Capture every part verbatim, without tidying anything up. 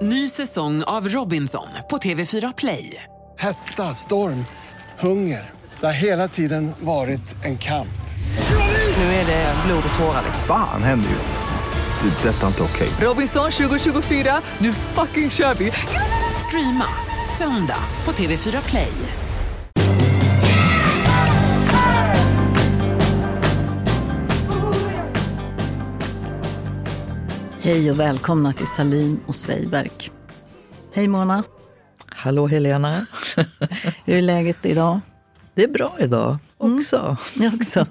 Ny säsong av Robinson på T V fyra Play. Hetta, storm, hunger. Det har hela tiden varit en kamp. Nu är det blod och tårar. Fan händer just nu. Det. Detta är inte okej. Okay. Robinson tjugo tjugofyra, nu fucking kör vi. Streama söndag på T V fyra Play. Hej och välkomna till Salin och Svejberg. Hej Mona. Hallå Helena. Hur är läget idag? Det är bra idag också. Mm, jag också.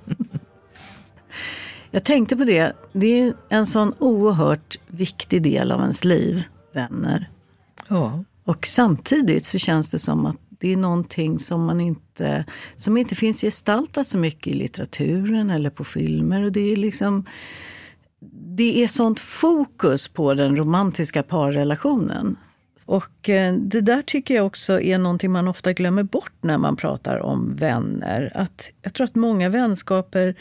Jag tänkte på det. Det är en sån oerhört viktig del av ens liv, vänner. Ja. Och samtidigt så känns det som att det är någonting som man inte, som inte finns gestaltat så mycket i litteraturen eller på filmer. Och det är liksom, det är sånt fokus på den romantiska parrelationen. Och det där tycker jag också är någonting man ofta glömmer bort när man pratar om vänner. Att jag tror att många vänskaper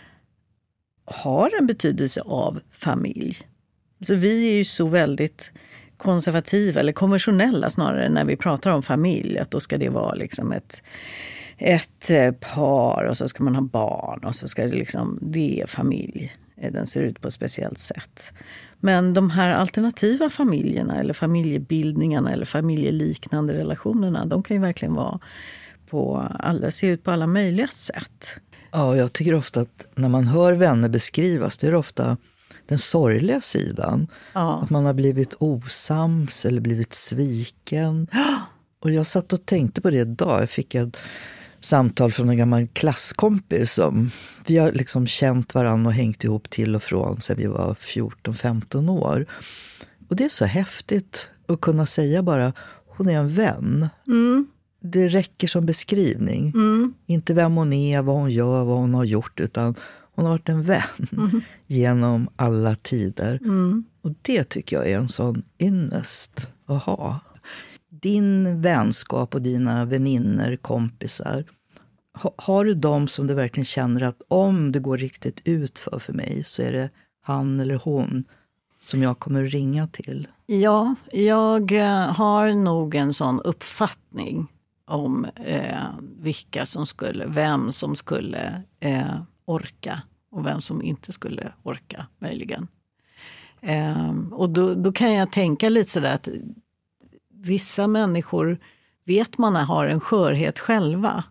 har en betydelse av familj. Alltså vi är ju så väldigt konservativa eller konventionella snarare när vi pratar om familj. Att då ska det vara liksom ett, ett par och så ska man ha barn och så ska det liksom, det är familj. Den ser ut på ett speciellt sätt. Men de här alternativa familjerna eller familjebildningarna eller familjeliknande relationerna, de kan ju verkligen vara på alla, se ut på alla möjliga sätt. Ja, jag tycker ofta att när man hör vänner beskrivas, det är ofta den sorgliga sidan. Ja. Att man har blivit osams eller blivit sviken. Och jag satt och tänkte på det idag. Jag fick ett samtal från en gammal klasskompis som vi har liksom känt varandra och hängt ihop till och från sedan vi var fjorton femton år. Och det är så häftigt att kunna säga bara, hon är en vän. Mm. Det räcker som beskrivning. Mm. Inte vem hon är, vad hon gör, vad hon har gjort, utan hon har varit en vän mm. genom alla tider. Mm. Och det tycker jag är en sån ynnest att ha. Din vänskap och dina väninner, kompisar, ha, har du dem som du verkligen känner att om det går riktigt ut för för mig så är det han eller hon som jag kommer ringa till? Ja, jag har nog en sån uppfattning om eh, vilka som skulle, vem som skulle eh, orka och vem som inte skulle orka möjligen. Eh, och då, då kan jag tänka lite sådär att vissa människor vet man har en skörhet själva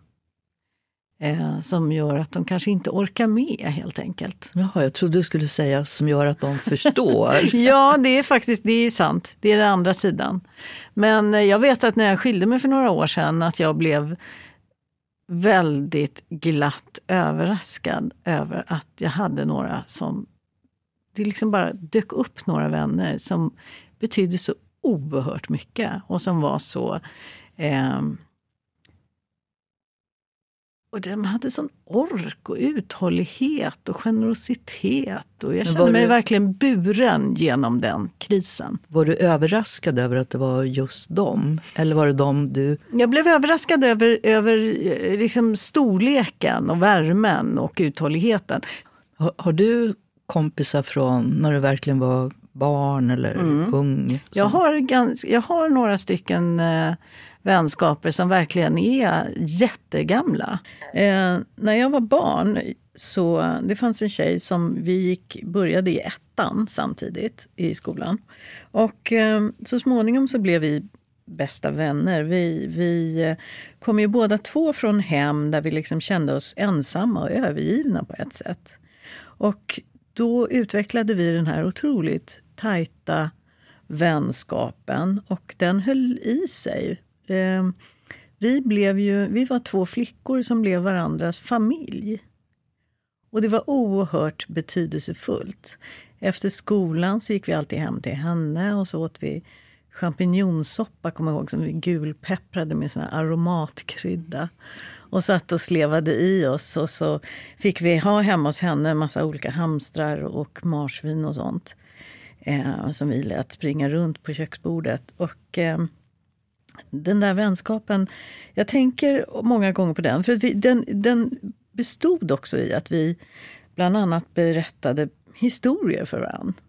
eh, som gör att de kanske inte orkar med helt enkelt. Jaha, jag trodde du skulle säga som gör att de förstår. Ja, det är faktiskt, det är ju sant. Det är den andra sidan. Men jag vet att när jag skilde mig för några år sedan att jag blev väldigt glatt överraskad över att jag hade några som, det liksom bara dök upp några vänner som betydde så oerhört mycket och som var så eh, och de hade sån ork och uthållighet och generositet och jag kände mig du, verkligen buren genom den krisen. Var du överraskad över att det var just dem? Eller var det dem du... Jag blev överraskad över, över liksom storleken och värmen och uthålligheten. Har, har du kompisar från när du verkligen var barn eller mm. ung? Jag har, gans, jag har några stycken eh, vänskaper som verkligen är jättegamla. Eh, när jag var barn så det fanns en tjej som vi gick, började i ettan samtidigt i skolan. Och eh, så småningom så blev vi bästa vänner. Vi, vi kom ju båda två från hem där vi liksom kände oss ensamma och övergivna på ett sätt. Och då utvecklade vi den här otroligt tajta vänskapen och den höll i sig. Eh, vi blev ju, vi var två flickor som blev varandras familj. Och det var oerhört betydelsefullt. Efter skolan så gick vi alltid hem till henne och så åt vi champinjonsoppa, kommer jag ihåg, som vi gulpepprade med sån här aromatkrydda. Och satt och slevade i oss och så fick vi ha hemma hos henne en massa olika hamstrar och marsvin och sånt. Eh, som vi lät springa runt på köksbordet. Och eh, den där vänskapen, jag tänker många gånger på den. För vi, den, den bestod också i att vi bland annat berättade historier för varandra.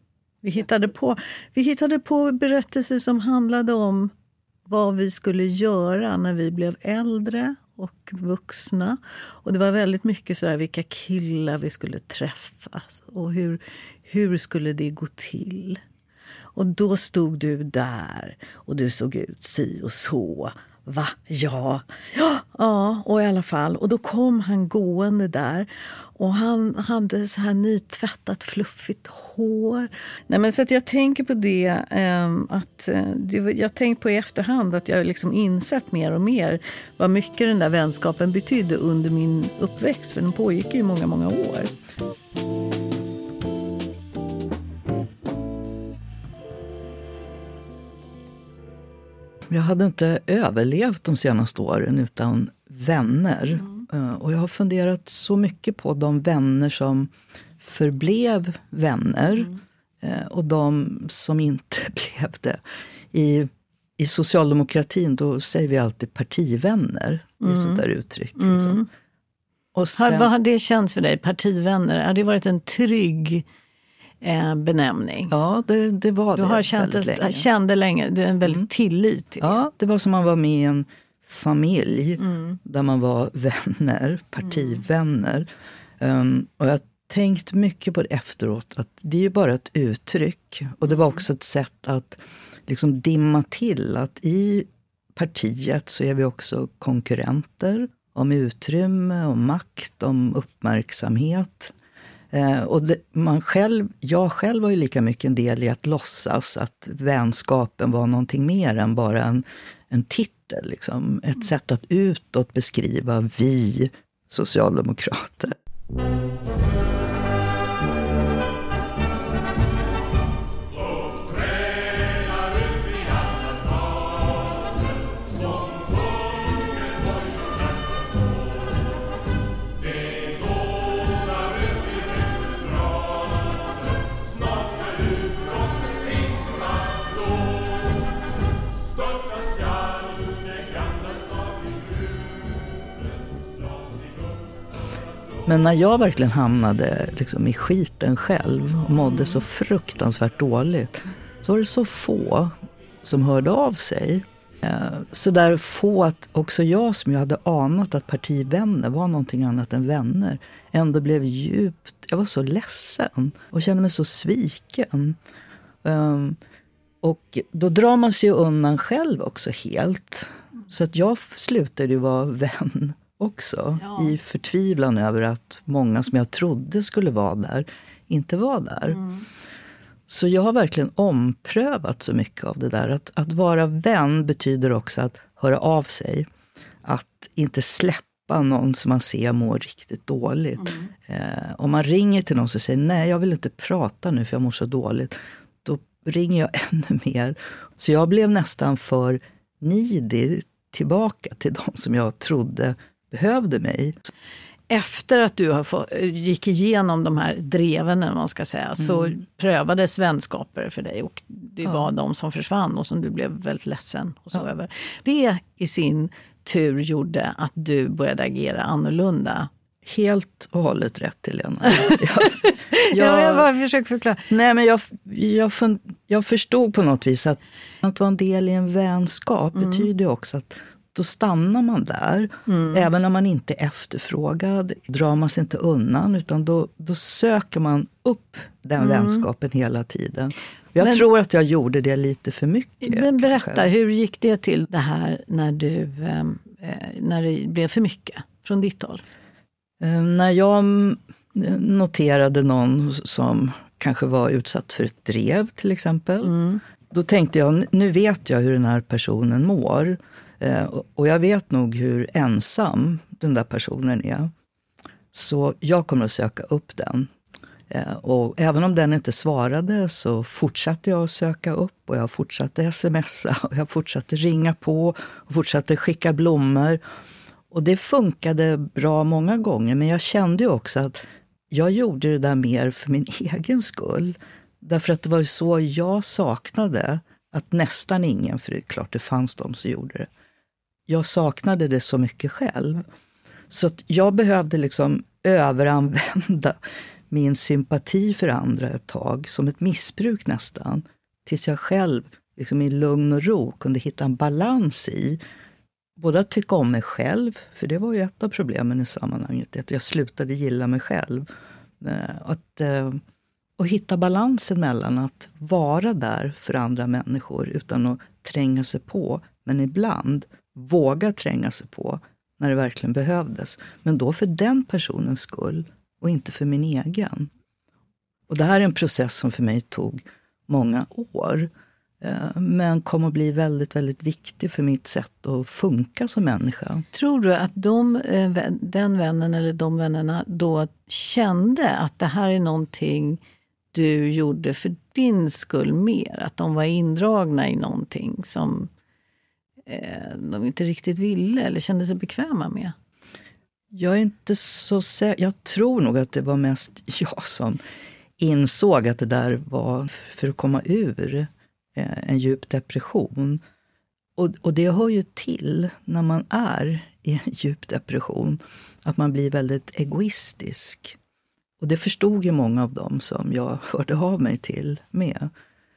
Vi hittade på, vi hittade på berättelser som handlade om vad vi skulle göra när vi blev äldre och vuxna. Och det var väldigt mycket så här vilka killar vi skulle träffas och hur, hur skulle det gå till. Och då stod du där och du såg ut si och så. Va? Ja. ja. Ja, och i alla fall. Och då kom han gående där. Och han hade så här nytvättat fluffigt hår. Nej, men så att jag tänker på det. Eh, att det, jag tänker på i efterhand att jag liksom insett mer och mer vad mycket den där vänskapen betydde under min uppväxt. För den pågick ju många, många år. Jag hade inte överlevt de senaste åren utan vänner. Mm. Och jag har funderat så mycket på de vänner som förblev vänner. Mm. Och de som inte blev det. I, i socialdemokratin då säger vi alltid partivänner. Det är mm. sånt där uttryck. Mm. Liksom. Och sen, har, vad har det känts för dig, partivänner? Har det varit en trygg benämning? Ja, det, det var du det. Du har känt länge. kände länge, det är en väldigt mm. tillit till det. Ja, det var som man var med i en familj mm. där man var vänner, partivänner. Mm. Um, och jag har tänkt mycket på det efteråt, att det är ju bara ett uttryck. Och det var också ett sätt att liksom dimma till att i partiet så är vi också konkurrenter om utrymme, om makt, om uppmärksamhet. Eh, och det, man själv, jag själv var ju lika mycket en del i att låtsas att vänskapen var någonting mer än bara en, en titel. Liksom. Ett mm. sätt att utåt beskriva vi socialdemokrater. Men när jag verkligen hamnade liksom i skiten själv och mådde så fruktansvärt dåligt, så var det så få som hörde av sig. Så där få att också jag som jag hade anat att partivänner var någonting annat än vänner ändå blev djupt, jag var så ledsen och kände mig så sviken. Och då drar man sig undan själv också helt. Så att jag slutade ju vara vän också, ja. I förtvivlan över att många som jag trodde skulle vara där inte var där. Mm. Så jag har verkligen omprövat så mycket av det där. Att, att vara vän betyder också att höra av sig. Att inte släppa någon som man ser mår riktigt dåligt. Mm. Eh, om man ringer till någon och säger nej, jag vill inte prata nu för jag mår så dåligt. Då ringer jag ännu mer. Så jag blev nästan för nidig tillbaka till de som jag trodde behövde mig. Efter att du har få, gick igenom de här dreven, man ska säga, mm. så prövades vänskaper för dig och det ja. var de som försvann och som du blev väldigt ledsen och så ja. över. Det i sin tur gjorde att du började agera annorlunda. Helt och hållet rätt till Lena. Jag, jag, jag bara försöker förklara. Nej, men jag, jag, jag förstod på något vis att att vara en del i en vänskap mm. betyder också att då stannar man där. Mm. Även när man inte är efterfrågad drar man sig inte undan utan då, då söker man upp den mm. vänskapen hela tiden. Jag men, tror att jag gjorde det lite för mycket. Men berätta, kanske. Hur gick det till det här när, du, eh, när det blev för mycket från ditt håll? Eh, när jag noterade någon som kanske var utsatt för ett drev till exempel. Mm. Då tänkte jag, nu vet jag hur den här personen mår. Eh, och jag vet nog hur ensam den där personen är. Så jag kommer att söka upp den. Eh, och även om den inte svarade så fortsatte jag att söka upp. Och jag fortsatte smsa och jag fortsatte ringa på och fortsatte skicka blommor. Och det funkade bra många gånger. Men jag kände ju också att jag gjorde det där mer för min egen skull. Därför att det var ju så jag saknade att nästan ingen, för det är klart det fanns de som gjorde det. Jag saknade det så mycket själv. Så att jag behövde liksom överanvända min sympati för andra ett tag, som ett missbruk nästan. Tills jag själv liksom i lugn och ro kunde hitta en balans i både att tycka om mig själv, för det var ju ett av problemen i sammanhanget, att jag slutade gilla mig själv. Att, och hitta balansen mellan att vara där för andra människor utan att tränga sig på, men ibland våga tränga sig på när det verkligen behövdes. Men då för den personens skull och inte för min egen. Och det här är en process som för mig tog många år. Men kom att bli väldigt, väldigt viktig för mitt sätt att funka som människa. Tror du att de, den vännen eller de vännerna då kände att det här är någonting du gjorde för din skull mer? Att de var indragna i någonting som eh, de inte riktigt ville eller kände sig bekväma med? Jag är inte så säker. Jag tror nog att det var mest jag som insåg att det där var för att komma ur en djup depression. Och, och det hör ju till när man är i en djup depression, att man blir väldigt egoistisk. Och det förstod ju många av dem som jag hörde av mig till med.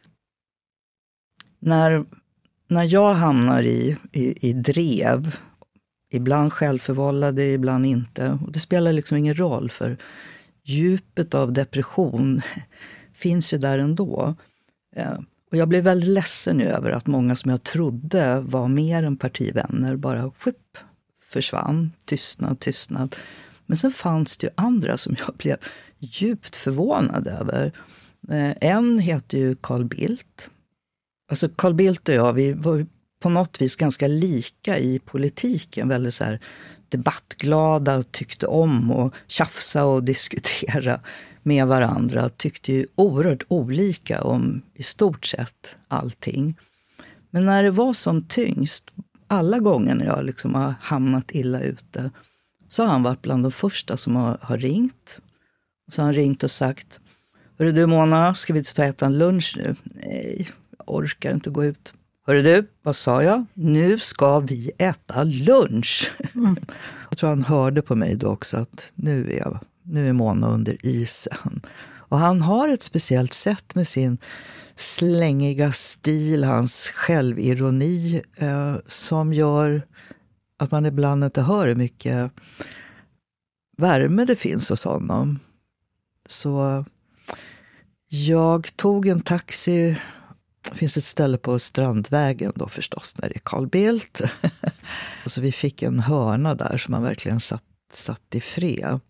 När, när jag hamnar i, i, i drev, ibland självförvållade, ibland inte. Och det spelar liksom ingen roll, för djupet av depression finns ju där ändå. Och jag blev väldigt ledsen över att många som jag trodde var mer än partivänner bara skjup, försvann, tystnad, tystnad. Men sen fanns det ju andra som jag blev djupt förvånad över. En heter ju Carl Bildt. Alltså Carl Bildt och jag, vi var på något vis ganska lika i politiken. Väldigt så här debattglada och tyckte om och tjafsa och diskutera med varandra. Tyckte ju oerhört olika om i stort sett allting. Men när det var som tyngst, alla gånger när jag liksom har hamnat illa ute, så har han varit bland de första som har, har ringt. Och så har han ringt och sagt: hörru du Mona, ska vi inte ta äta en lunch nu? Nej, jag orkar inte gå ut. Hörru du, vad sa jag? Nu ska vi äta lunch. Mm. Jag tror han hörde på mig då också att nu är, jag, nu är Mona under isen. Och han har ett speciellt sätt med sin slängiga stil, hans självironi eh, som gör att man ibland inte hör hur mycket värme det finns hos honom. Så jag tog en taxi. Det finns ett ställe på Strandvägen då förstås när det är Carl Bildt. Och så vi fick en hörna där som man verkligen satt, satt i fred.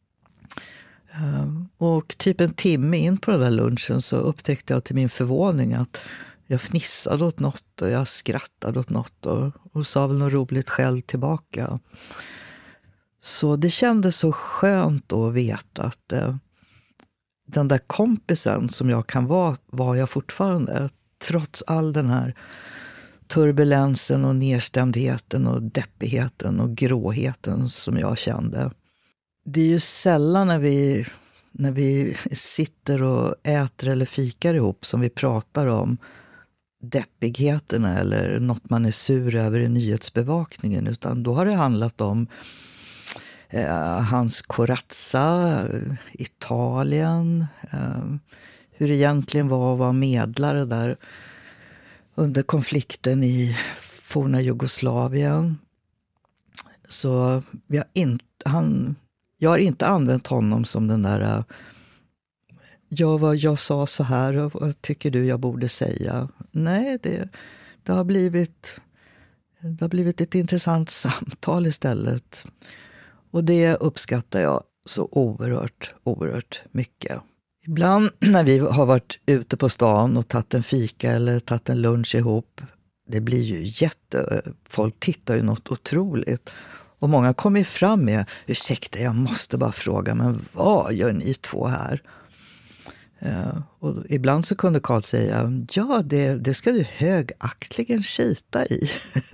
Och typ en timme in på den där lunchen så upptäckte jag till min förvåning att jag fnissade åt något och jag skrattade åt något och, och sa väl något roligt själv tillbaka. Så det kändes så skönt då att veta att eh, den där kompisen som jag kan vara, var jag fortfarande. Trots all den här turbulensen och nedstämdheten och deppigheten och gråheten som jag kände. Det är ju sällan när vi, när vi sitter och äter eller fikar ihop som vi pratar om deppigheterna eller något man är sur över i nyhetsbevakningen, utan då har det handlat om eh, hans corazza, Italien, eh, hur det egentligen var att vara medlare där under konflikten i forna Jugoslavien. Så vi har in, han, jag har inte använt honom som den där ja, vad jag sa så här och vad tycker du jag borde säga. Nej, det, det, har blivit, det har blivit ett intressant samtal istället. Och det uppskattar jag så oerhört, oerhört mycket. Ibland när vi har varit ute på stan och tagit en fika eller tagit en lunch ihop, det blir ju jätte... Folk tittar ju något otroligt. Och många kommer fram med, ursäkta jag måste bara fråga, men vad gör ni två här? Uh, och ibland så kunde Carl säga, ja det, det ska du högaktligen skita i.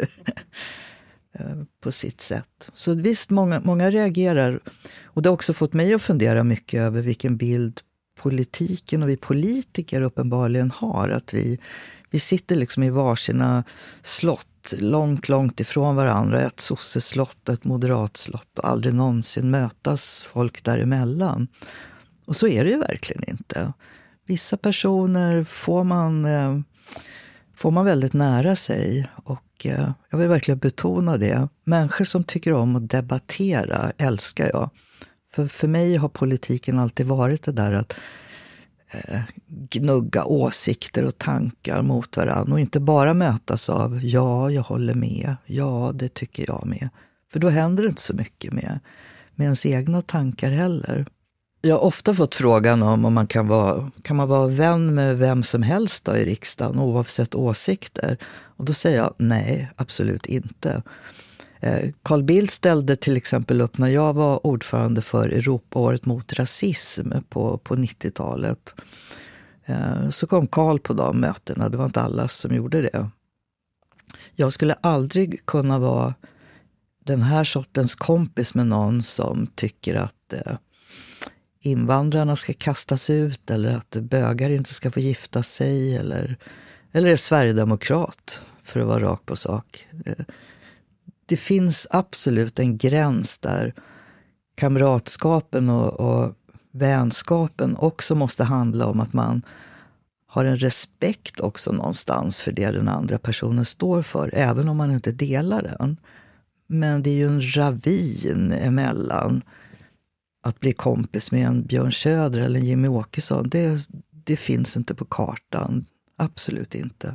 uh, på sitt sätt. Så visst, många, många reagerar. Och det har också fått mig att fundera mycket över vilken bild politiken och vi politiker uppenbarligen har. Att vi, vi sitter liksom i varsina slott, långt, långt ifrån varandra. Ett sosseslott och ett moderatslott och aldrig någonsin mötas folk däremellan. Och så är det ju verkligen inte. Vissa personer får man, eh, får man väldigt nära sig. Och eh, jag vill verkligen betona det. Människor som tycker om att debattera älskar jag. För, för mig har politiken alltid varit det där att eh, gnugga åsikter och tankar mot varandra. Och inte bara mötas av ja, jag håller med. Ja, det tycker jag med. För då händer det inte så mycket med, med ens egna tankar heller. Jag har ofta fått frågan om om man kan vara, kan man vara vän med vem som helst då i riksdagen oavsett åsikter. Och då säger jag nej, absolut inte. Eh, Carl Bildt ställde till exempel upp när jag var ordförande för Europaåret mot rasism på, på nittiotalet. Eh, så kom Carl på de mötena, det var inte alla som gjorde det. Jag skulle aldrig kunna vara den här sortens kompis med någon som tycker att eh, invandrarna ska kastas ut eller att bögar inte ska få gifta sig eller, eller är sverigedemokrat, för att vara rak på sak. Det finns absolut en gräns där kamratskapen och, och vänskapen också måste handla om att man har en respekt också någonstans för det den andra personen står för, även om man inte delar den. Men det är ju en ravin emellan att bli kompis med en Björn Söder eller en Jimmy Åkesson. Det, det finns inte på kartan. Absolut inte.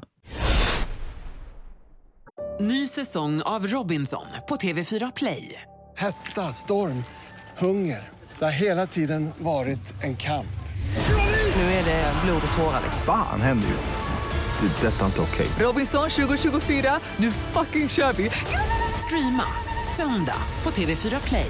Ny säsong av Robinson på T V fyra Play. Hetta, storm, hunger. Det har hela tiden varit en kamp. Nu är det blod och tårar. Fan händer just det. Det är detta inte okej. Robinson tjugo tjugofyra, nu fucking kör vi. Streama söndag på T V fyra Play.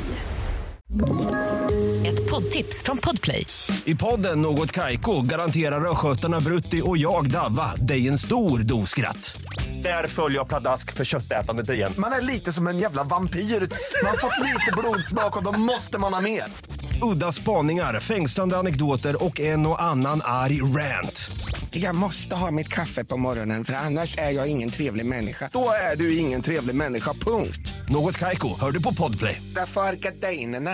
Ett poddtips från Podplay. I podden Något Kaiko garanterar röskötarna Brutti och jag Davva dig en stor dos skratt. Där följer jag pladask för köttätandet igen. Man är lite som en jävla vampyr. Man har fått lite blodsmak och då måste man ha mer. Udda spaningar, fängslande anekdoter och en och annan arg rant. Jag måste ha mitt kaffe på morgonen för annars är jag ingen trevlig människa. Då är du ingen trevlig människa, punkt. Något Kaiko, hör du på Podplay. Därför är gardinerna.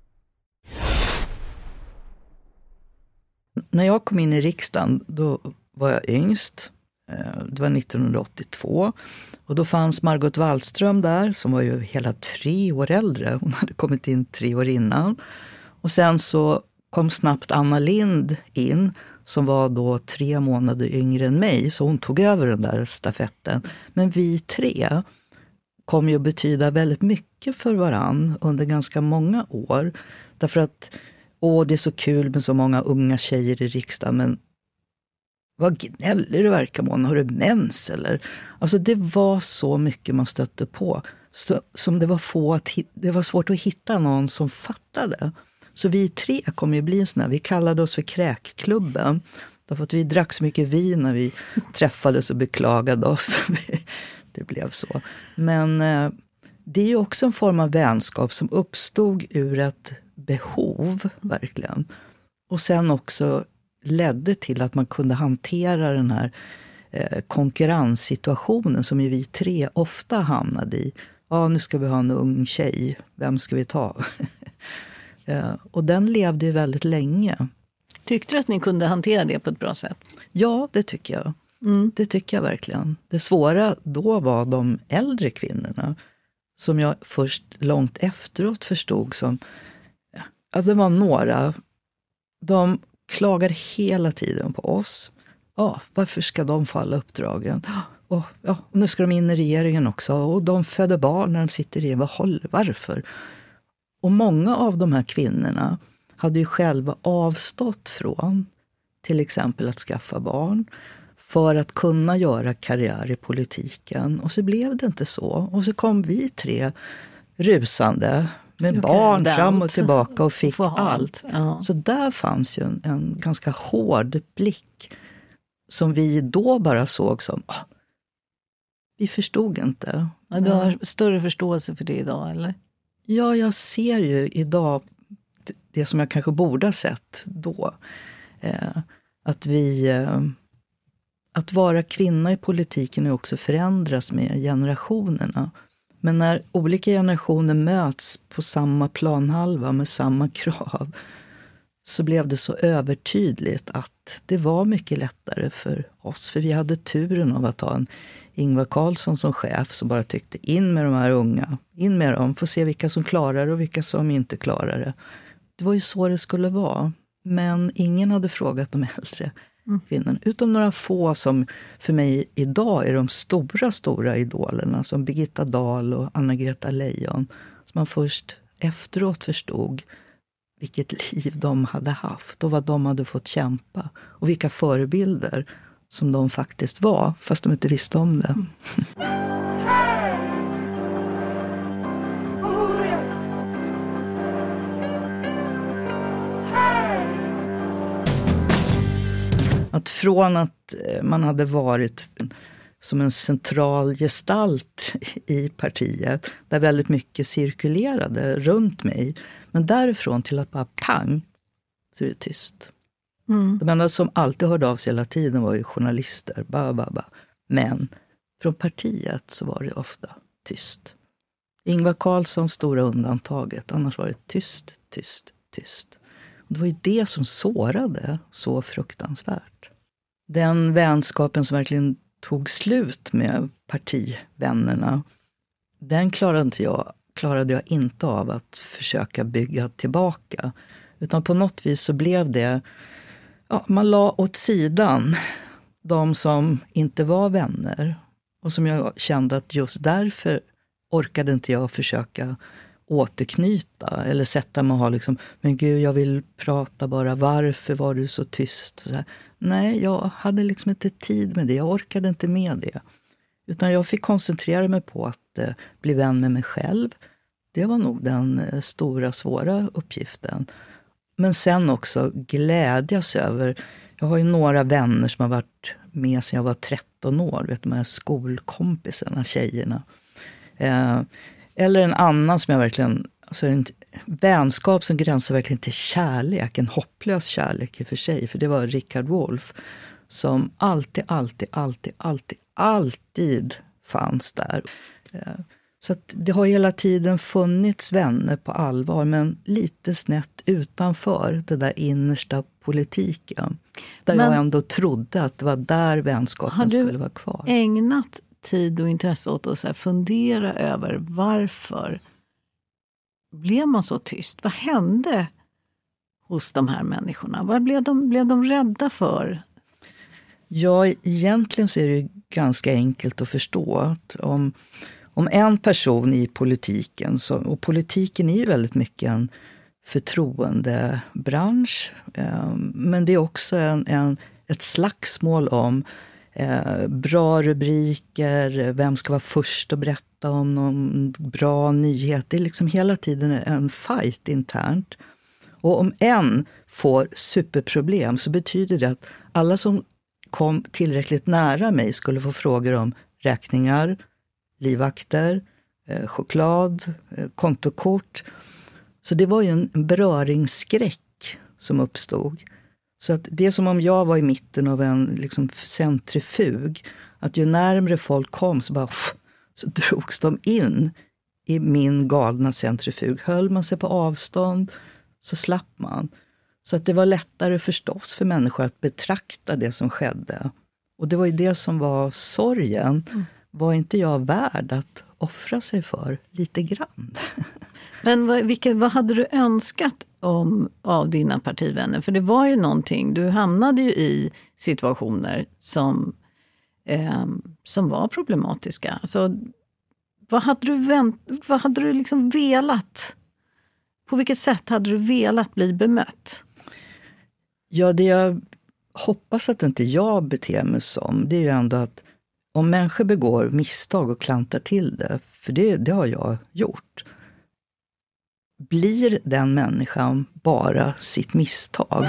När jag kom in i riksdagen, då var jag yngst. Det var nittonhundraåttiotvå. Och då fanns Margot Wallström där, som var ju hela tre år äldre. Hon hade kommit in tre år innan. Och sen så kom snabbt Anna Lindh in, som var då tre månader yngre än mig. Så hon tog över den där stafetten. Men vi tre kom ju att betyda väldigt mycket för varann under ganska många år. Därför att, åh, det är så kul med så många unga tjejer i riksdagen, men vad gnällig du verkar, Mona. Har du mens eller? Alltså det var så mycket man stötte på. Så, som det var, få att, det var svårt att hitta någon som fattade. Så vi tre kom ju bli en sån här. Vi kallade oss för kräkklubben. Därför att vi drack så mycket vin när vi träffades och beklagade oss. Det blev så. Men eh, det är ju också en form av vänskap som uppstod ur ett behov, verkligen. Och sen också ledde till att man kunde hantera den här eh, konkurrenssituationen som ju vi tre ofta hamnade i. Ja, nu ska vi ha en ung tjej. Vem ska vi ta? eh, och den levde ju väldigt länge. Tyckte du att ni kunde hantera det på ett bra sätt? Ja, det tycker jag. Mm. Det tycker jag verkligen. Det svåra då var de äldre kvinnorna som jag först långt efteråt förstod som att det var några. De klagar hela tiden på oss. Ja, varför ska de få alla uppdragen? Och, ja, och nu ska de in i regeringen också. Och de föder barn när de sitter i. Varför? Och många av de här kvinnorna hade ju själva avstått från till exempel att skaffa barn för att kunna göra karriär i politiken. Och så blev det inte så. Och så kom vi tre rusande med barn fram och tillbaka och fick allt. allt. Ja. Så där fanns ju en, en ganska hård blick som vi då bara såg som, ah, vi förstod inte. Ja, du har större förståelse för det idag, eller? Ja, jag ser ju idag det som jag kanske borde ha sett då. Eh, att vi... Eh, att vara kvinna i politiken är också förändras med generationerna. Men när olika generationer möts på samma planhalva med samma krav, så blev det så övertydligt att det var mycket lättare för oss. För vi hade turen av att ha en Ingvar Carlsson som chef som bara tyckte in med de här unga. In med dem, få se vilka som klarar och vilka som inte klarar det. Det var ju så det skulle vara. Men ingen hade frågat de äldre mm. kvinnorna. Utom några få som för mig idag är de stora, stora idolerna. Som Birgitta Dahl och Anna-Greta Leijon. Som man först efteråt förstod vilket liv de hade haft. Och vad de hade fått kämpa. Och vilka förebilder som de faktiskt var. Fast de inte visste om det. Mm. Att från att man hade varit som en central gestalt i partiet, där väldigt mycket cirkulerade runt mig, men därifrån till att bara pang, så är det tyst. Mm. De enda som alltid hörde av sig hela tiden var ju journalister, ba, ba, ba. Men från partiet så var det ofta tyst. Ingvar Carlsson stora undantaget, annars var det tyst, tyst, tyst. Det var ju det som sårade så fruktansvärt. Den vänskapen som verkligen tog slut med partivännerna, den klarade, inte jag, klarade jag inte av att försöka bygga tillbaka. Utan på något vis så blev det, ja, man la åt sidan de som inte var vänner. Och som jag kände att just därför orkade inte jag försöka återknyta eller sätta mig och ha liksom, men gud, jag vill prata bara, varför var du så tyst? Så här. Nej, jag hade liksom inte tid med det, jag orkade inte med det. Utan jag fick koncentrera mig på att eh, bli vän med mig själv. Det var nog den eh, stora, svåra uppgiften. Men sen också glädjas över, jag har ju några vänner som har varit med sedan jag var tretton år, vet, de här skolkompisarna, tjejerna. Eh, Eller en annan som jag verkligen, alltså en vänskap som gränsar verkligen till kärlek, en hopplös kärlek i och för sig. För det var Richard Wolff som alltid, alltid, alltid, alltid, alltid fanns där. Så att det har hela tiden funnits vänner på allvar, men lite snett utanför det där innersta politiken. Där men, jag ändå trodde att det var där vänskapen skulle vara kvar. Har du ägnat tid och intresse åt att så här fundera över varför blev man så tyst? Vad hände hos de här människorna? Vad blev de, blev de rädda för? Ja, egentligen så är det ganska enkelt att förstå att om, om en person i politiken, så, och politiken är ju väldigt mycket en förtroendebransch, eh, men det är också en, en, ett slagsmål om Eh, bra rubriker, vem ska vara först att berätta om någon bra nyhet. Det är liksom hela tiden en fight internt. Och om en får superproblem så betyder det att alla som kom tillräckligt nära mig skulle få frågor om räkningar, livvakter, eh, choklad, eh, kontokort. Så det var ju en beröringsskräck som uppstod. Så att det är som om jag var i mitten av en liksom centrifug. Att ju närmare folk kom så bara så drogs de in i min galna centrifug. Höll man sig på avstånd så slapp man. Så att det var lättare förstås för människor att betrakta det som skedde. Och det var ju det som var sorgen. Mm. Var inte jag värd att offra sig för lite grann? Men vad, vilket, vad hade du önskat om, av dina partivänner? För det var ju någonting, du hamnade ju i situationer som, eh, som var problematiska. Alltså, vad hade du, vänt, vad hade du liksom velat? På vilket sätt hade du velat bli bemött? Ja, det jag hoppas att inte jag beter mig som, det är ju ändå att om människor begår misstag och klantar till det, för det, det har jag gjort, blir den människan bara sitt misstag.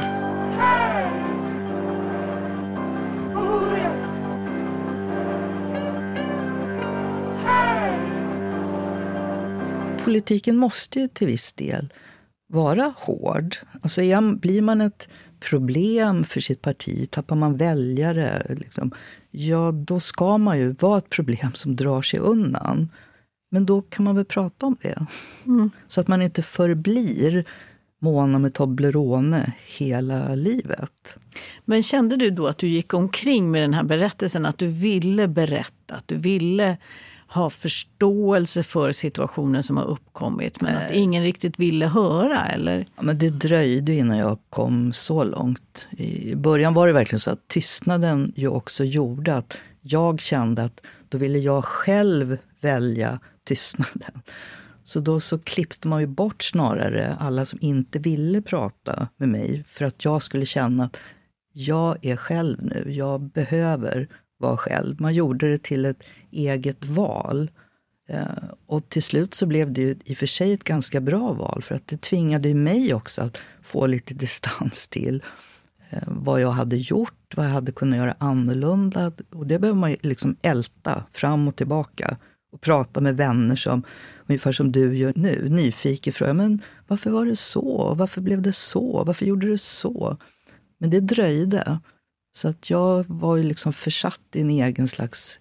Politiken måste ju till viss del vara hård. Alltså blir man ett problem för sitt parti, tappar man väljare, liksom, ja då ska man ju vara ett problem som drar sig undan. Men då kan man väl prata om det. Mm. Så att man inte förblir måna med Toblerone hela livet. Men kände du då att du gick omkring med den här berättelsen, att du ville berätta, att du ville ha förståelse för situationen som har uppkommit, men att ingen riktigt ville höra, eller? Ja, men det dröjde innan jag kom så långt. I början var det verkligen så att tystnaden ju också gjorde att jag kände att då ville jag själv välja tystnaden. Så då så klippte man ju bort snarare alla som inte ville prata med mig, för att jag skulle känna att jag är själv nu, jag behöver vara själv. Man gjorde det till ett eget val. Eh, och till slut så blev det ju i och för sig ett ganska bra val, för att det tvingade mig också att få lite distans till eh, vad jag hade gjort, vad jag hade kunnat göra annorlunda. Och det behöver man ju liksom älta fram och tillbaka och prata med vänner som, ungefär som du gör nu, nyfiken fråga, men varför var det så? Varför blev det så? Varför gjorde du så? Men det dröjde. Så att jag var ju liksom försatt i en egen slags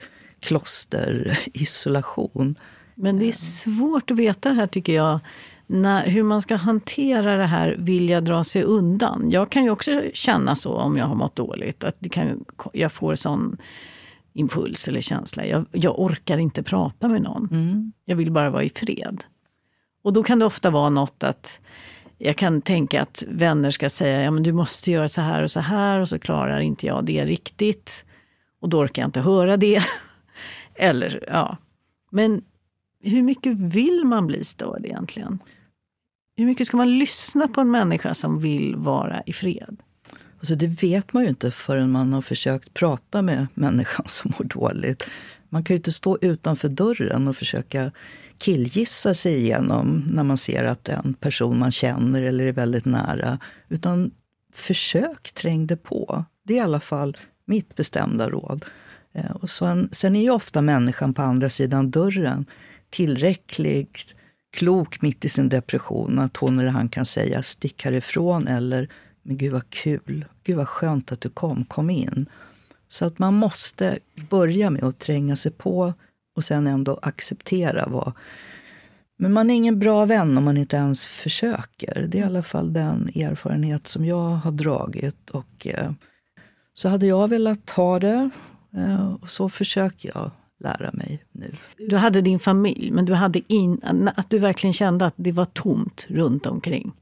klosterisolation. Men det är svårt att veta det här, tycker jag, när, hur man ska hantera det här, vilja dra sig undan. Jag kan ju också känna så om jag har mått dåligt, att det kan, jag får sån impuls eller känsla. Jag, jag orkar inte prata med någon. Mm. Jag vill bara vara i fred. Och då kan det ofta vara något att jag kan tänka att vänner ska säga, ja men du måste göra så här och så här, och så klarar inte jag det riktigt. Och då orkar jag inte höra det. Eller, ja. Men hur mycket vill man bli störd egentligen? Hur mycket ska man lyssna på en människa som vill vara i fred? Alltså det vet man ju inte förrän man har försökt prata med människan som mår dåligt. Man kan ju inte stå utanför dörren och försöka killgissa sig igenom när man ser att en person man känner eller är väldigt nära. Utan försök, träng det på. Det är i alla fall mitt bestämda råd. Och sen, sen är ju ofta människan på andra sidan dörren tillräckligt klok mitt i sin depression att hon eller han kan säga stick härifrån, eller men gud vad kul, gud vad skönt att du kom, kom in. Så att man måste börja med att tränga sig på och sen ändå acceptera vad. Men man är ingen bra vän om man inte ens försöker. Det är i alla fall den erfarenhet som jag har dragit. Och eh, så hade jag velat ta det eh, och så försöker jag lära mig nu. Du hade din familj, men du hade in, att du verkligen kände att det var tomt runt omkring.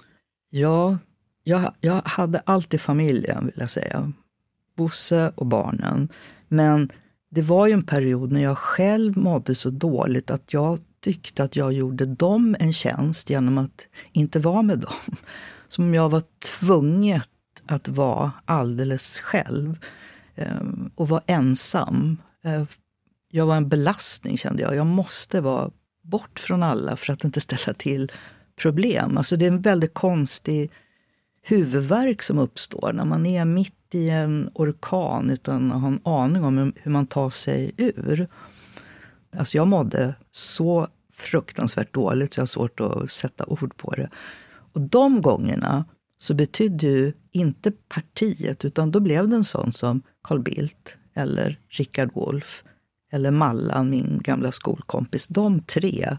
Ja, jag, jag hade alltid familjen, vill jag säga. Bosse och barnen. Men det var ju en period när jag själv mådde så dåligt att jag tyckte att jag gjorde dem en tjänst genom att inte vara med dem. Som om jag var tvungen att vara alldeles själv eh, och vara ensam. Eh, jag var en belastning, kände jag. Jag måste vara bort från alla för att inte ställa till problem. Alltså det är en väldigt konstig huvudvärk som uppstår när man är mitt i en orkan utan att ha en aning om hur man tar sig ur. Alltså jag mådde så fruktansvärt dåligt så jag har svårt att sätta ord på det. Och de gångerna så betydde ju inte partiet, utan då blev det en sån som Carl Bildt eller Rickard Wolff eller Mallan, min gamla skolkompis. De tre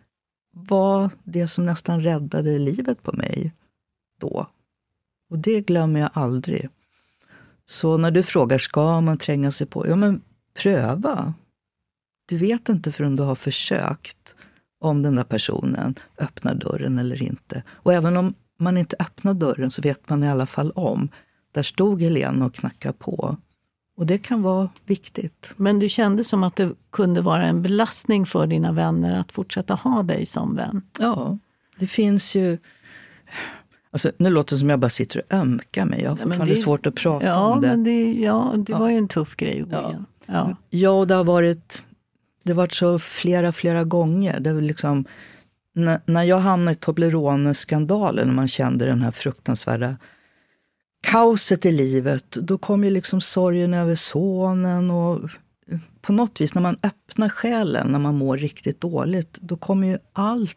var det som nästan räddade livet på mig då. Och det glömmer jag aldrig. Så när du frågar, ska man tränga sig på? Ja, men pröva. Du vet inte förrän du har försökt om den där personen öppnar dörren eller inte. Och även om man inte öppnar dörren så vet man i alla fall om. Där stod Helena och knackade på. Och det kan vara viktigt. Men du kände som att det kunde vara en belastning för dina vänner att fortsätta ha dig som vän? Ja, det finns ju... Alltså, nu låter det som jag bara sitter och ömkar mig. Jag har fortfarande det, svårt att prata ja, om det. Men det. Ja, det ja. var ju en tuff grej att gå ja. ja. ja, och det har varit, det har varit så flera, flera gånger. Det var liksom, när, när jag hamnade i Toblerone-skandalen, när man kände den här fruktansvärda kaoset i livet, då kom ju liksom sorgen över sonen. Och på något vis, när man öppnar själen, när man mår riktigt dåligt, då kommer ju allt.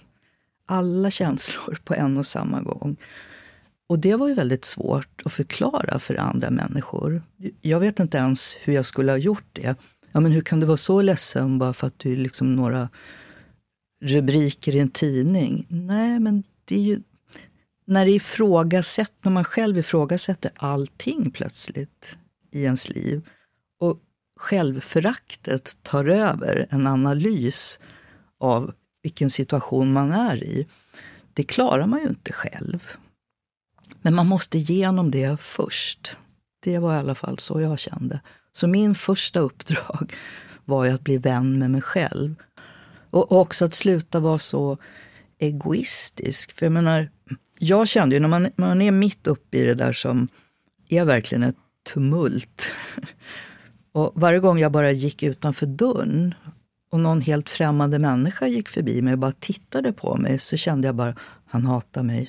Alla känslor på en och samma gång. Och det var ju väldigt svårt att förklara för andra människor. Jag vet inte ens hur jag skulle ha gjort det. Ja, men hur kan du vara så ledsen bara för att du är liksom några rubriker i en tidning? Nej, men det är ju, när det ifrågasätter, när man själv ifrågasätter allting plötsligt i ens liv och självföraktet tar över en analys av vilken situation man är i, det klarar man ju inte själv. Men man måste igenom det först. Det var i alla fall så jag kände. Så min första uppdrag var ju att bli vän med mig själv. Och också att sluta vara så egoistisk. För jag menar, jag kände ju när man, man är mitt uppe i det där som är verkligen ett tumult. Och varje gång jag bara gick utanför dörren och någon helt främmande människa gick förbi mig och bara tittade på mig, så kände jag bara, han hatar mig.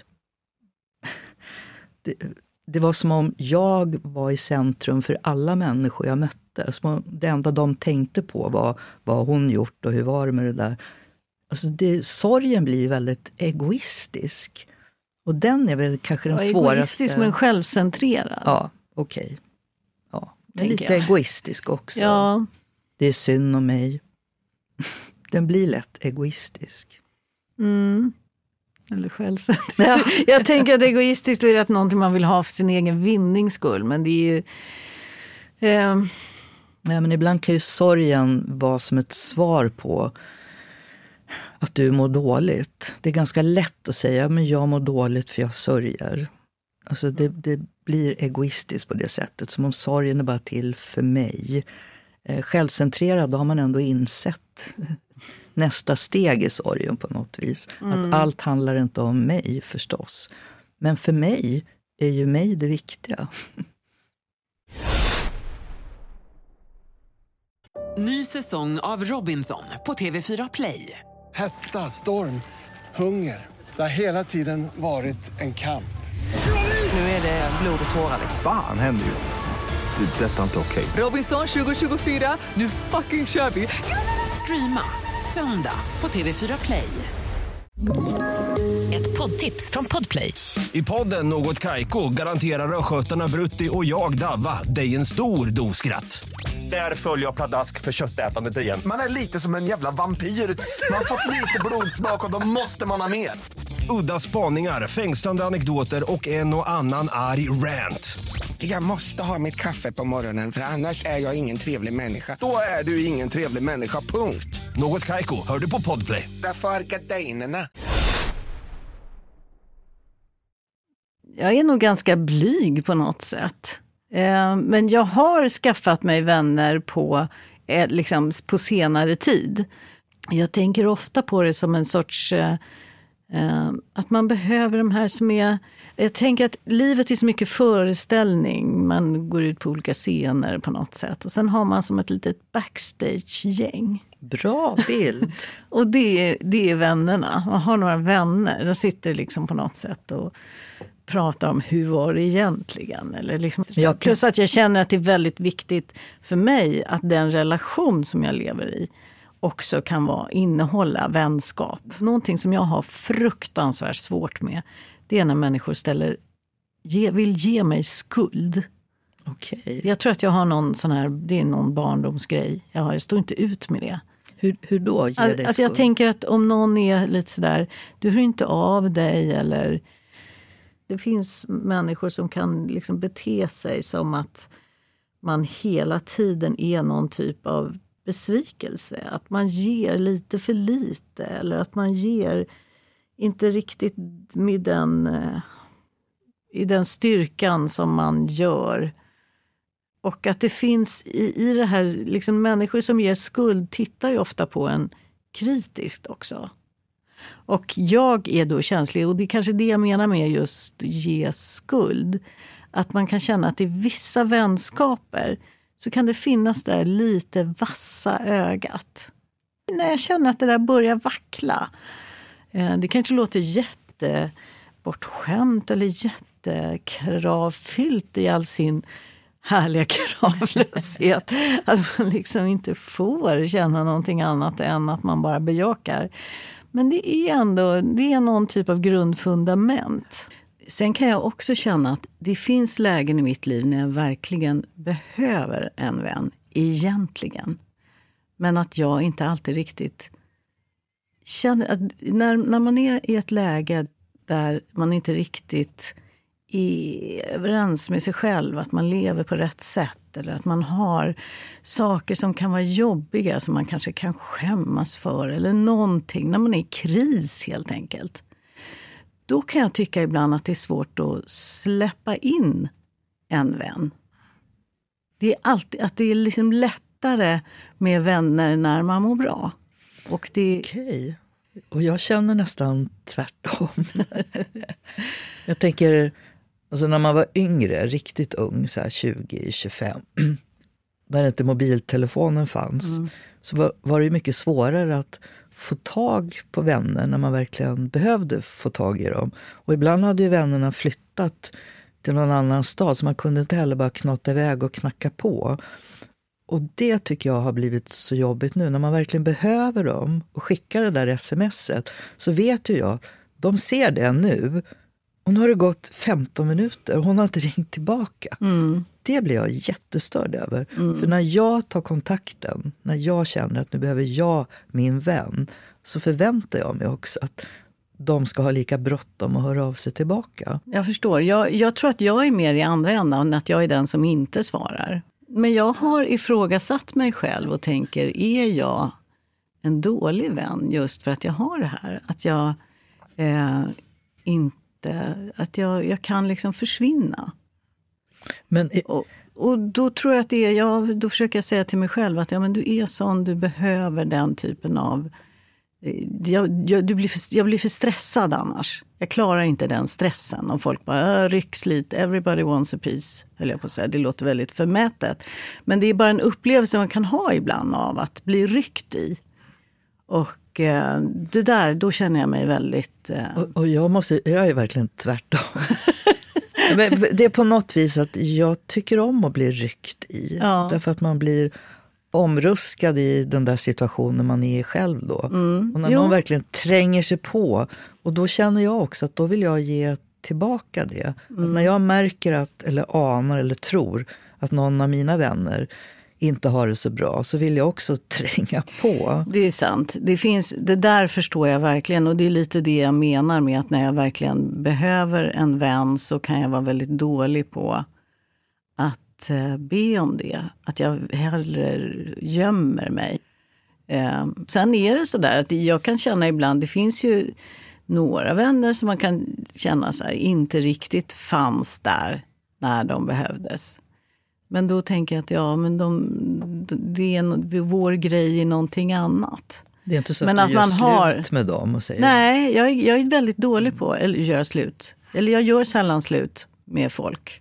Det, det var som om jag var i centrum för alla människor jag mötte. Som det enda de tänkte på var vad hon gjort och hur var det med det där. Alltså det, sorgen blir väldigt egoistisk. Och den är väl kanske den ja, svåraste. Egoistisk men självcentrerad. Ja, okej. Okay. Ja, den är lite jag. egoistisk också. Ja. Det är synd om mig. Den blir lätt egoistisk. Mm. Eller självcentrerad. Ja. Jag tänker att egoistiskt är det någonting man vill ha för sin egen vinnings skull. Men det är ju... Eh... Ja, men ibland kan ju sorgen vara som ett svar på att du mår dåligt. Det är ganska lätt att säga, men jag mår dåligt för jag sörjer. Alltså det, det blir egoistiskt på det sättet. Som om sorgen är bara till för mig. Eh, självcentrerad, då har man ändå insett nästa steg i sorgen på något vis. Mm. Att allt handlar inte om mig förstås. Men för mig är ju mig det viktiga. Ny säsong av Robinson på T V fyra Play. Hetta, storm, hunger. Det har hela tiden varit en kamp. Nu är det blod och tårar. Fan händer just det. Det är detta inte okej. Robinson tjugo tjugofyra, nu fucking kör vi. Streama söndag på T V fyra Play. Ett poddtips från Podplay. I podden Något Kaiko garanterar röskötarna Brutti och jag Davva dig en stor doskratt. Där följer jag pladask för köttätandet igen. Man är lite som en jävla vampyr. Man har fått lite blodsmak och då måste man ha mer. Udda spaningar, fängslande anekdoter och en och annan arg rant. Jag måste ha mitt kaffe på morgonen för annars är jag ingen trevlig människa. Då är du ingen trevlig människa, punkt. Något Kaiko, hör du på Podplay. Därför är gardinerna. Jag är nog ganska blyg på något sätt. Men jag har skaffat mig vänner på, liksom, på senare tid. Jag tänker ofta på det som en sorts... att man behöver de här som är... Jag tänker att livet är så mycket föreställning. Man går ut på olika scener på något sätt. Och sen har man som ett litet backstage-gäng. Bra bild. Och det är, det är vännerna. Man har några vänner. De sitter liksom på något sätt och... pratar om hur var det egentligen. Eller liksom, jag, plus att jag känner att det är väldigt viktigt för mig att den relation som jag lever i också kan vara, innehålla vänskap. Någonting som jag har fruktansvärt svårt med, det är när människor ställer, ge, vill ge mig skuld. Okay. Jag tror att jag har någon sån här, det är någon barndomsgrej. Jag, har, jag står inte ut med det. Hur, hur då? Ge All, dig alltså jag tänker att om någon är lite sådär, du hör inte av dig eller... Det finns människor som kan liksom bete sig som att man hela tiden är någon typ av besvikelse. Att man ger lite för lite eller att man ger inte riktigt med den, i den styrkan som man gör. Och att det finns i, i det här, liksom människor som ger skuld tittar ju ofta på en kritiskt också. Och jag är då känslig, och det är kanske det jag menar med just ge skuld. Att man kan känna att i vissa vänskaper så kan det finnas där lite vassa ögat. När jag känner att det där börjar vackla. Det kanske låter jättebortskämt eller jättekravfyllt i all sin härliga kravlöshet. Att man liksom inte får känna någonting annat än att man bara bejakar. Men det är ändå, det är någon typ av grundfundament. Sen kan jag också känna att det finns lägen i mitt liv när jag verkligen behöver en vän, egentligen. Men att jag inte alltid riktigt känner att när, när man är i ett läge där man inte riktigt är överens med sig själv, att man lever på rätt sätt eller att man har saker som kan vara jobbiga som man kanske kan skämmas för eller någonting, när man är i kris helt enkelt. Då kan jag tycka ibland att det är svårt att släppa in en vän. Det är alltid att det är liksom lättare med vänner när man mår bra. Och det... Okej. Och jag känner nästan tvärtom. Jag tänker, alltså när man var yngre, riktigt ung, så här tjugo tjugofem, när inte mobiltelefonen fanns, mm. så var, var det ju mycket svårare att få tag på vänner när man verkligen behövde få tag i dem. Och ibland hade ju vännerna flyttat till någon annan stad, så man kunde inte heller bara knata iväg och knacka på. Och det tycker jag har blivit så jobbigt nu. När man verkligen behöver dem och skickar det där smset, så vet ju jag, de ser det nu. Och nu har det gått femton minuter och hon har inte ringt tillbaka. Mm. Det blir jag jättestörd över. Mm. För när jag tar kontakten, när jag känner att nu behöver jag min vän, så förväntar jag mig också att de ska ha lika bråttom och höra av sig tillbaka. Jag förstår. Jag, jag tror att jag är mer i andra ändan, att jag är den som inte svarar. Men jag har ifrågasatt mig själv och tänker, är jag en dålig vän just för att jag har det här? Att jag eh, inte, att jag, jag kan liksom försvinna. Men i... och, och då tror jag att det är, jag, då försöker jag säga till mig själv att ja, men du är sån, du behöver den typen av, jag, jag, du blir för, jag blir för stressad annars. Jag klarar inte den stressen. Och folk bara, rycks lite, everybody wants a piece, höll jag på att säga. Det låter väldigt förmätet. Men det är bara en upplevelse man kan ha ibland av att bli ryckt i. Och eh, det där, då känner jag mig väldigt... Eh... Och, och jag måste, jag är verkligen tvärtom. Men det är på något vis att jag tycker om att bli ryckt i. Ja. Därför att man blir omruskad i den där situationen man är själv då. Mm. Och när jo. någon verkligen tränger sig på. Och då känner jag också att då vill jag ge tillbaka det. Mm. Att när jag märker att, eller anar eller tror att någon av mina vänner inte har det så bra, så vill jag också tränga på. Det är sant. Det finns, det där förstår jag verkligen, och det är lite det jag menar med att när jag verkligen behöver en vän så kan jag vara väldigt dålig på att eh, be om det. Att jag hellre gömmer mig. Eh, sen är det så där att jag kan känna ibland, det finns ju några vänner som man kan känna så här, inte riktigt fanns där när de behövdes. Men då tänker jag att ja, men de, det är en, vår grej i någonting annat. Det är inte så men att, att du gör man slut har, med dem och säger... Nej, jag, jag är väldigt dålig på att göra slut. Eller jag gör sällan slut med folk.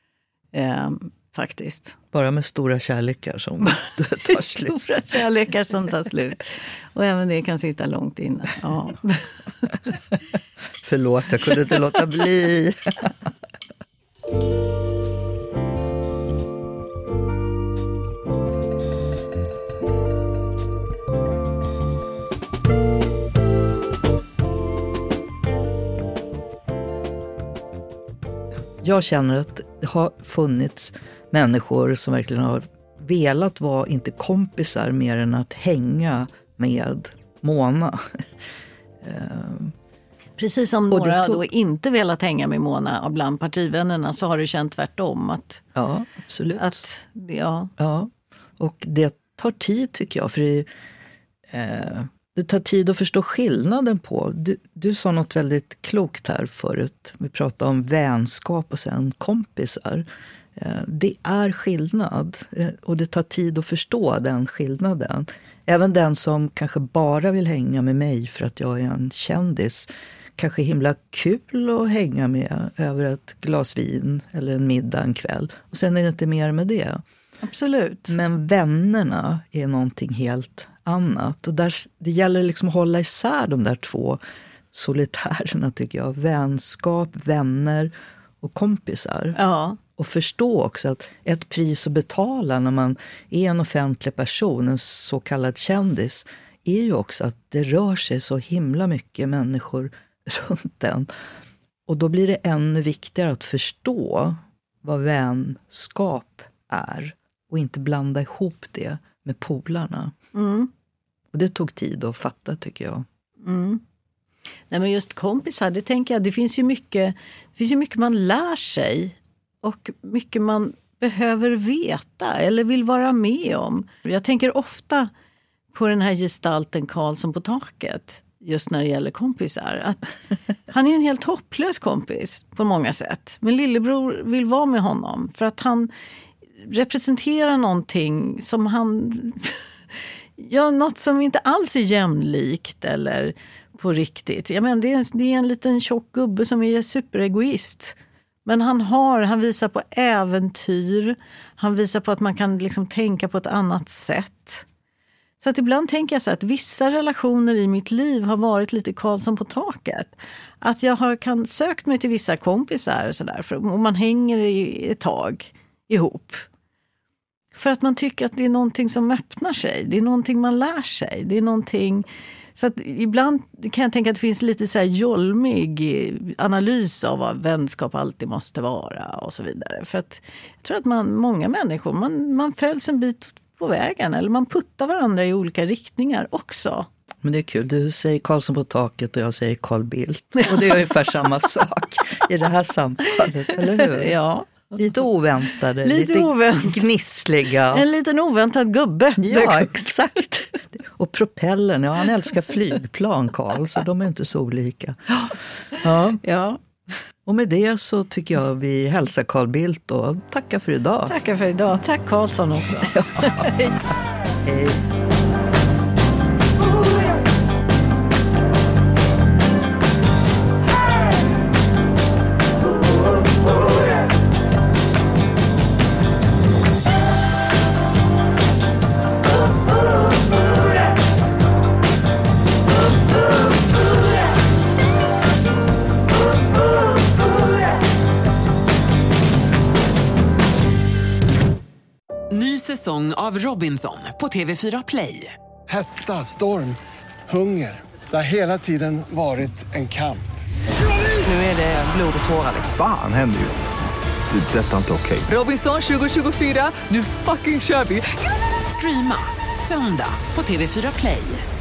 Eh, faktiskt. Bara med stora kärlekar som tar slut. Stora kärlekar som tar slut. Och även det kan sitta långt inne. Ja. Förlåt, jag kunde inte låta bli. Jag känner att det har funnits människor som verkligen har velat vara inte kompisar mer än att hänga med Mona. Precis som några tog... då inte velat hänga med Mona och bland partivännerna, så har du känt tvärtom. Att, ja, absolut. Att, ja. ja, och det tar tid tycker jag, för det, eh, det tar tid att förstå skillnaden på. Du, du sa något väldigt klokt här förut. Vi pratade om vänskap och sen kompisar. Eh, det är skillnad, eh, och det tar tid att förstå den skillnaden. Även den som kanske bara vill hänga med mig för att jag är en kändis, kanske himla kul att hänga med över ett glas vin eller en middag en kväll. Och sen är det inte mer med det. Absolut. Men vännerna är någonting helt annat. Och där, det gäller liksom att hålla isär de där två solitärerna tycker jag. Vänskap, vänner och kompisar. Ja. Och förstå också att ett pris att betala när man är en offentlig person, en så kallad kändis, är ju också att det rör sig så himla mycket människor runt en. Och då blir det ännu viktigare att förstå vad vänskap är och inte blanda ihop det med polarna. Mm. Och det tog tid att fatta tycker jag. Mm. Nej, men just kompisar, det tänker jag, det finns ju mycket, det finns ju mycket man lär sig och mycket man behöver veta eller vill vara med om. Jag tänker ofta på den här gestalten Karlsson på taket, just när det gäller kompisar. Att han är en helt hopplös kompis på många sätt. Men lillebror vill vara med honom för att han representerar någonting som han... ja, något som inte alls är jämlikt eller på riktigt. Jag menar, det, är en, det är en liten tjock gubbe som är superegoist. Men han har, han visar på äventyr. Han visar på att man kan liksom tänka på ett annat sätt. Så att ibland tänker jag så att vissa relationer i mitt liv har varit lite Karlsson på taket. Att jag har kan sökt mig till vissa kompisar så där, för, och man hänger i ett tag ihop. För att man tycker att det är någonting som öppnar sig. Det är någonting man lär sig. Det är någonting... Så att ibland kan jag tänka att det finns lite så här jolmig analys av vad vänskap alltid måste vara och så vidare. För att jag tror att man, många människor, man, man följs en bit på vägen eller man puttar varandra i olika riktningar också. Men det är kul, du säger Karlsson på taket och jag säger Carl Bildt. Och det är ungefär samma sak i det här samtalet, eller hur? Ja. Lite oväntade, lite, lite ovänt. gnissliga. En liten oväntad gubbe. Ja, exakt. Och propellern, ja, han älskar flygplan, Karl, så de är inte så olika. Ja. Ja. Och med det så tycker jag vi hälsar Carl Bildt och tackar för idag. Tackar för idag. Tack Karlsson också. Ja. Hej. Hej. Ny säsong av Robinson på T V fyra Play. Hetta, storm, hunger. Det har hela tiden varit en kamp. Nu är det blod och tårar. Fan händer just det. Det är detta inte okej. Robinson tjugo tjugofyra, nu fucking kör vi. Streama söndag på T V fyra Play.